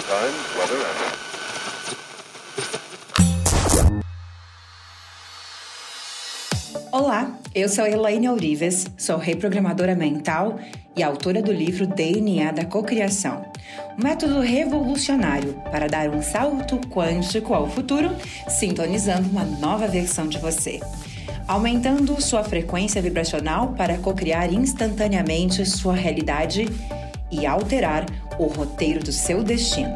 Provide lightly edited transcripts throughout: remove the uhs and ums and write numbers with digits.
times, weather, and... Olá, eu sou Elaine Ourives, sou reprogramadora mental e autora do livro DNA da Cocriação, um método revolucionário para dar um salto quântico ao futuro, sintonizando uma nova versão de você, aumentando sua frequência vibracional para cocriar instantaneamente sua realidade e alterar o roteiro do seu destino.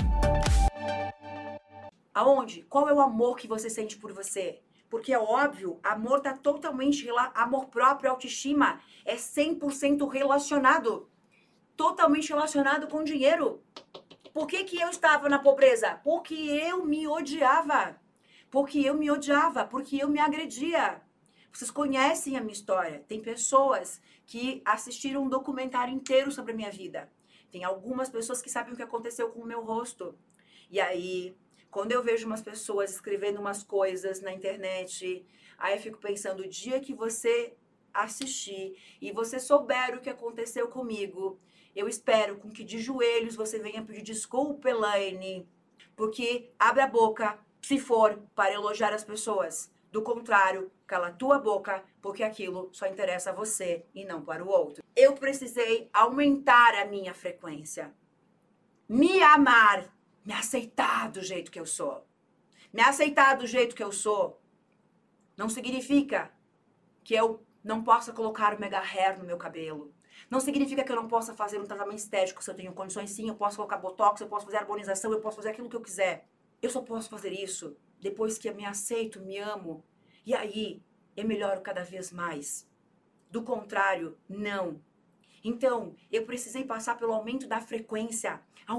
Aonde? Qual é o amor que você sente por você? Porque é óbvio, amor tá totalmente amor próprio, autoestima, é 100% relacionado. Totalmente relacionado com dinheiro. Por que eu estava na pobreza? Porque eu me odiava. Porque eu me odiava, porque eu me agredia. Vocês conhecem a minha história. Tem pessoas que assistiram um documentário inteiro sobre a minha vida. Tem algumas pessoas que sabem o que aconteceu com o meu rosto. E aí, quando eu vejo umas pessoas escrevendo umas coisas na internet, aí eu fico pensando, o dia que você assistir e você souber o que aconteceu comigo, eu espero com que de joelhos você venha pedir desculpa, Elaine, porque abre a boca se for para elogiar as pessoas. Do contrário, cala a tua boca, porque aquilo só interessa a você e não para o outro. Eu precisei aumentar a minha frequência. Me amar. Me aceitar do jeito que eu sou. Me aceitar do jeito que eu sou não significa que eu não possa colocar o mega hair no meu cabelo. Não significa que eu não possa fazer um tratamento estético se eu tenho condições. Sim, eu posso colocar botox, eu posso fazer harmonização, eu posso fazer aquilo que eu quiser. Eu só posso fazer isso depois que eu me aceito, me amo. E aí, eu melhoro cada vez mais. Do contrário, não. Então, eu precisei passar pelo aumento da frequência,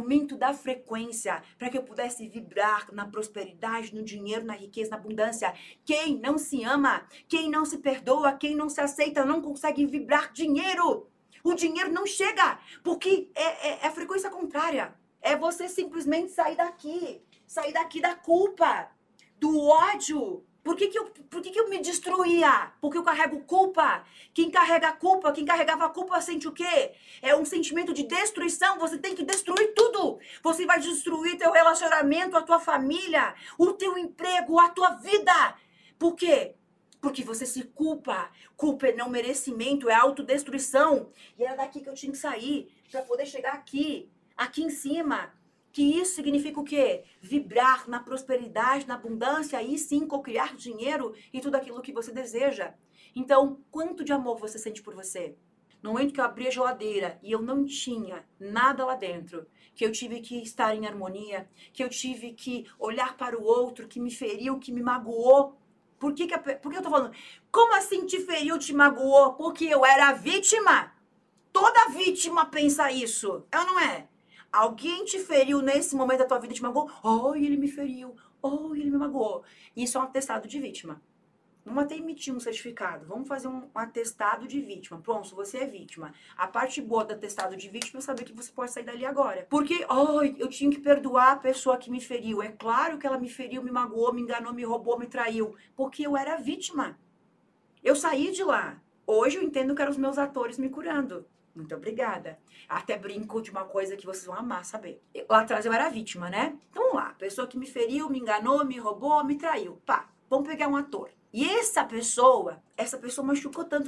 para que eu pudesse vibrar na prosperidade, no dinheiro, na riqueza, na abundância. Quem não se ama, quem não se perdoa, quem não se aceita, não consegue vibrar dinheiro. O dinheiro não chega, porque é a frequência contrária. É você simplesmente sair daqui da culpa, do ódio. Por que eu me destruía? Porque eu carrego culpa. Quem carrega a culpa, quem carregava a culpa sente o quê? É um sentimento de destruição. Você tem que destruir tudo. Você vai destruir teu relacionamento, a tua família, o teu emprego, a tua vida. Por quê? Porque você se culpa. Culpa é não merecimento, é autodestruição. E era daqui que eu tinha que sair para poder chegar aqui em cima. Que isso significa o quê? Vibrar na prosperidade, na abundância, e sim cocriar dinheiro e tudo aquilo que você deseja. Então, quanto de amor você sente por você? No momento que eu abri a geladeira e eu não tinha nada lá dentro, que eu tive que estar em harmonia, que eu tive que olhar para o outro, que me feriu, que me magoou. Por que eu tô falando? Como assim te feriu, te magoou? Porque eu era a vítima. Toda vítima pensa isso, é ou não é? Alguém te feriu nesse momento da tua vida e te magoou? Oh, ele me feriu. Oh, ele me magoou. Isso é um atestado de vítima. Vamos até emitir um certificado. Vamos fazer um atestado de vítima. Pronto, você é vítima. A parte boa do atestado de vítima é saber que você pode sair dali agora. Porque, eu tinha que perdoar a pessoa que me feriu. É claro que ela me feriu, me magoou, me enganou, me roubou, me traiu. Porque eu era vítima. Eu saí de lá. Hoje eu entendo que eram os meus atores me curando. Muito obrigada. Até brinco de uma coisa que vocês vão amar saber. Lá atrás eu era vítima, né? Então vamos lá. Pessoa que me feriu, me enganou, me roubou, me traiu. Pá, vamos pegar um ator. E essa pessoa machucou tanto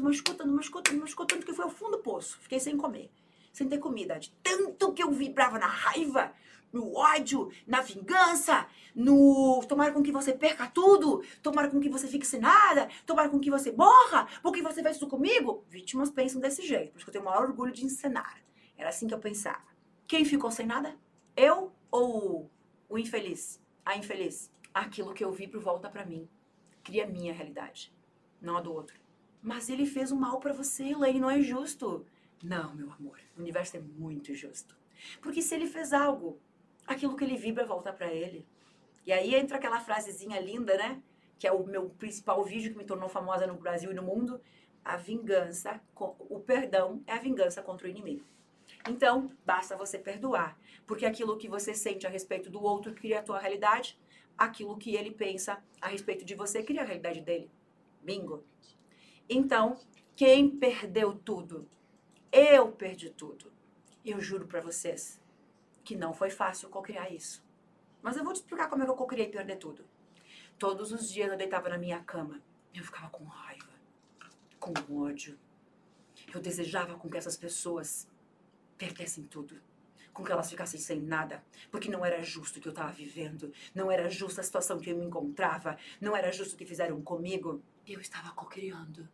que foi ao fundo do poço. Fiquei sem comer. Sem ter comida. De tanto que eu vibrava na raiva, no ódio, na vingança, no tomara com que você perca tudo, tomara com que você fique sem nada, tomara com que você morra, porque você fez isso comigo. Vítimas pensam desse jeito, por isso que eu tenho o maior orgulho de encenar. Era assim que eu pensava. Quem ficou sem nada? Eu ou o infeliz? A infeliz? Aquilo que eu vi por volta pra mim. Cria a minha realidade, não a do outro. Mas ele fez o mal pra você, Elaine, não é justo. Não, meu amor, o universo é muito justo. Porque se ele fez algo, aquilo que ele vibra volta pra ele. E aí entra aquela frasezinha linda, né? Que é o meu principal vídeo que me tornou famosa no Brasil e no mundo. A vingança, o perdão é a vingança contra o inimigo. Então, basta você perdoar. Porque aquilo que você sente a respeito do outro cria a tua realidade. Aquilo que ele pensa a respeito de você cria a realidade dele. Bingo. Então, quem perdeu tudo? Eu perdi tudo. Eu juro pra vocês. que não foi fácil cocriar isso. Mas eu vou te explicar como é que eu cocriei perder tudo. Todos os dias eu deitava na minha cama, eu ficava com raiva, com ódio. Eu desejava com que essas pessoas perdessem tudo, com que elas ficassem sem nada, porque não era justo o que eu estava vivendo, não era justa a situação que eu me encontrava, não era justo o que fizeram comigo. Eu estava cocriando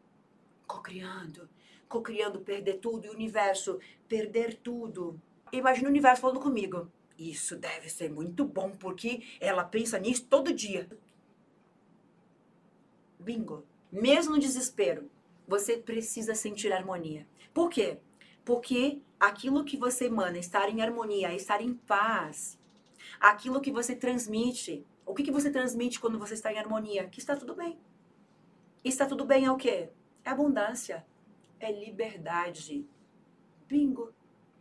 perder tudo, e o universo perder tudo. Imagina o universo falando comigo. Isso deve ser muito bom, porque ela pensa nisso todo dia. Bingo. Mesmo no desespero, você precisa sentir harmonia. Por quê? Porque aquilo que você emana, estar em harmonia, estar em paz, aquilo que você transmite. O que você transmite quando você está em harmonia? Que está tudo bem. Está tudo bem é o quê? É abundância. É liberdade. Bingo.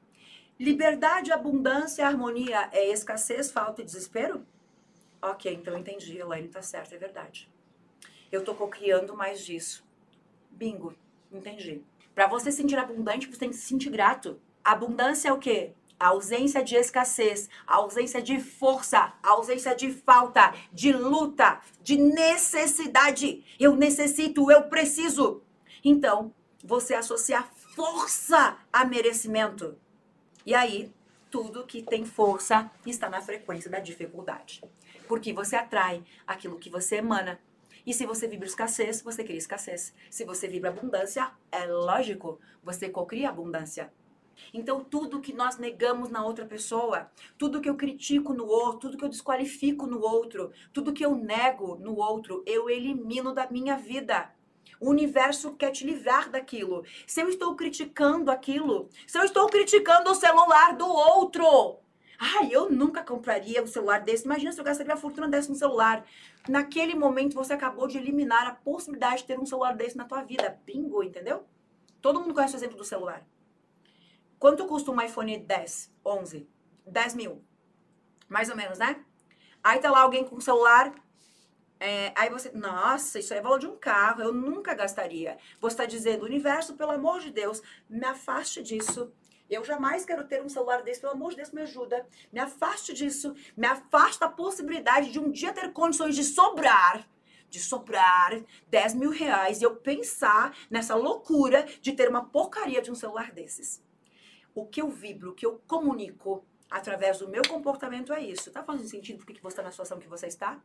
Liberdade, abundância, harmonia é escassez, falta e desespero? Ok, então eu entendi, Elaine, tá certo, é verdade. Eu tô cocriando mais disso. Bingo, entendi. Para você sentir abundante, você tem que se sentir grato. Abundância é o quê? A ausência de escassez, a ausência de força, a ausência de falta, de luta, de necessidade. Eu necessito, eu preciso. Então, você associa força a merecimento. E aí, tudo que tem força está na frequência da dificuldade. Porque você atrai aquilo que você emana. E se você vibra escassez, você cria escassez. Se você vibra abundância, é lógico, você cocria abundância. Então, tudo que nós negamos na outra pessoa, tudo que eu critico no outro, tudo que eu desqualifico no outro, tudo que eu nego no outro, eu elimino da minha vida. O universo quer te livrar daquilo. Se eu estou criticando aquilo, se eu estou criticando o celular do outro, ai, eu nunca compraria um celular desse. Imagina se eu gastaria uma fortuna dessa no celular. Naquele momento, você acabou de eliminar a possibilidade de ter um celular desse na tua vida. Bingo, entendeu? Todo mundo conhece o exemplo do celular. Quanto custa um iPhone 10, 11? 10 mil. Mais ou menos, né? Aí tá lá alguém com um celular... aí você, nossa, isso é valor de um carro, eu nunca gastaria. Você está dizendo, universo, pelo amor de Deus, me afaste disso. Eu jamais quero ter um celular desse, pelo amor de Deus, me ajuda. Me afaste disso, me afaste da possibilidade de um dia ter condições de sobrar 10 mil reais e eu pensar nessa loucura de ter uma porcaria de um celular desses. O que eu vibro, o que eu comunico através do meu comportamento é isso. Tá fazendo sentido porque você está na situação que você está?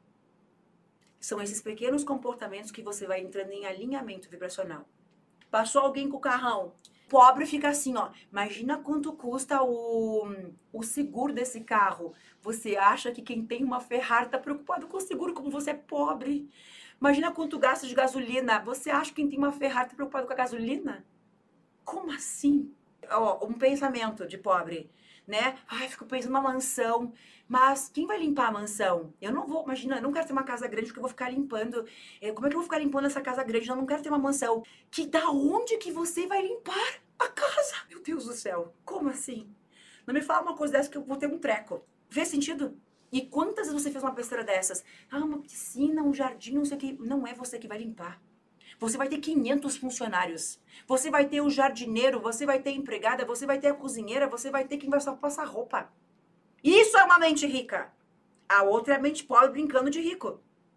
São esses pequenos comportamentos que você vai entrando em alinhamento vibracional. Passou alguém com o carrão, pobre fica assim, ó. Imagina quanto custa o seguro desse carro. Você acha que quem tem uma Ferrari tá preocupado com o seguro, como você é pobre. Imagina quanto gasta de gasolina. Você acha que quem tem uma Ferrari tá preocupado com a gasolina? Como assim? Ó, um pensamento de pobre, né? Ai, fico pensando numa mansão. Mas quem vai limpar a mansão? Eu não vou, imagina, eu não quero ter uma casa grande porque eu vou ficar limpando. Como é que eu vou ficar limpando essa casa grande? Eu não quero ter uma mansão. Que da onde que você vai limpar a casa? Meu Deus do céu, como assim? Não me fala uma coisa dessa que eu vou ter um treco. Vê sentido? E quantas vezes você fez uma besteira dessas? Ah, uma piscina, um jardim, não sei o que. Não é você que vai limpar. Você vai ter 500 funcionários. Você vai ter o jardineiro, você vai ter a empregada, você vai ter a cozinheira, você vai ter quem vai só passar roupa. Isso é uma mente rica. A outra é a mente pobre brincando de rico.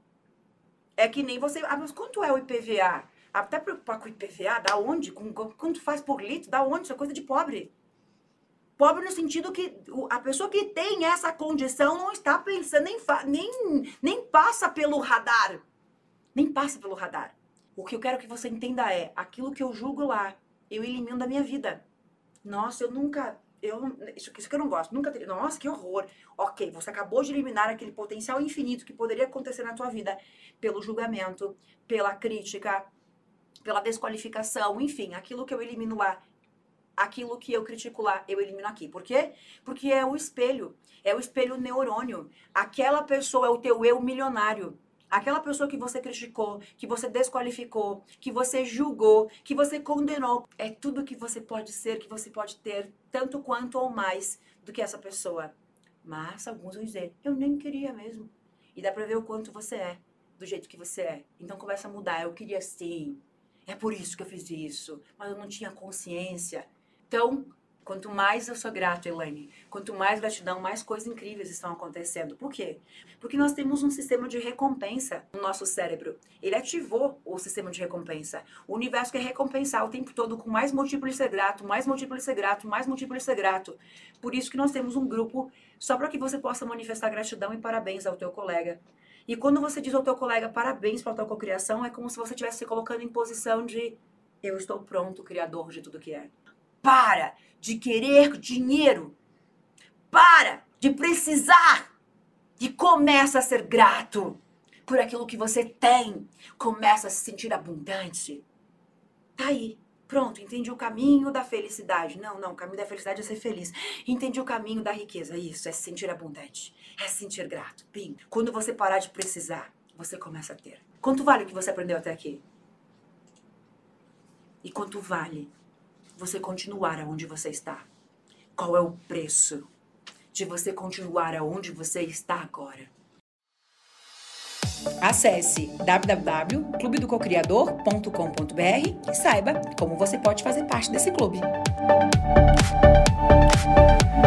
É que nem você... Ah, mas quanto é o IPVA? Até preocupar com o IPVA? Da onde? Quanto faz por litro? Da onde? Isso é coisa de pobre. Pobre no sentido que a pessoa que tem essa condição não está pensando, nem passa pelo radar. Nem passa pelo radar. O que eu quero que você entenda é, aquilo que eu julgo lá, eu elimino da minha vida. Nossa, isso que eu não gosto, nunca teria. Nossa, que horror. Ok, você acabou de eliminar aquele potencial infinito que poderia acontecer na tua vida pelo julgamento, pela crítica, pela desqualificação, enfim, aquilo que eu elimino lá, aquilo que eu critico lá, eu elimino aqui. Por quê? Porque é o espelho neurônio. Aquela pessoa é o teu eu milionário. Aquela pessoa que você criticou, que você desqualificou, que você julgou, que você condenou, é tudo que você pode ser, que você pode ter, tanto quanto ou mais do que essa pessoa. Mas alguns vão dizer, eu nem queria mesmo. E dá pra ver o quanto você é, do jeito que você é. Então começa a mudar, eu queria sim, é por isso que eu fiz isso, mas eu não tinha consciência. Então, Quanto mais eu sou grato, Elaine, quanto mais gratidão, mais coisas incríveis estão acontecendo. Por quê? Porque nós temos um sistema de recompensa no nosso cérebro. Ele ativou o sistema de recompensa. O universo quer recompensar o tempo todo com mais múltiplo de ser grato, mais múltiplo de ser grato, mais múltiplo de ser grato. Por isso que nós temos um grupo só para que você possa manifestar gratidão e parabéns ao teu colega. E quando você diz ao teu colega parabéns pela tua cocriação, é como se você estivesse se colocando em posição de eu estou pronto, criador de tudo que é. Para de querer dinheiro. Para de precisar. E começa a ser grato por aquilo que você tem. Começa a se sentir abundante. Tá aí. Pronto, entendi o caminho da felicidade. Não, o caminho da felicidade é ser feliz. Entendi o caminho da riqueza. Isso, é se sentir abundante. É se sentir grato. Bem, quando você parar de precisar, você começa a ter. Quanto vale o que você aprendeu até aqui? E quanto vale você continuar aonde você está? Qual é o preço de você continuar aonde você está agora? Acesse www.clubedococriador.com.br e saiba como você pode fazer parte desse clube.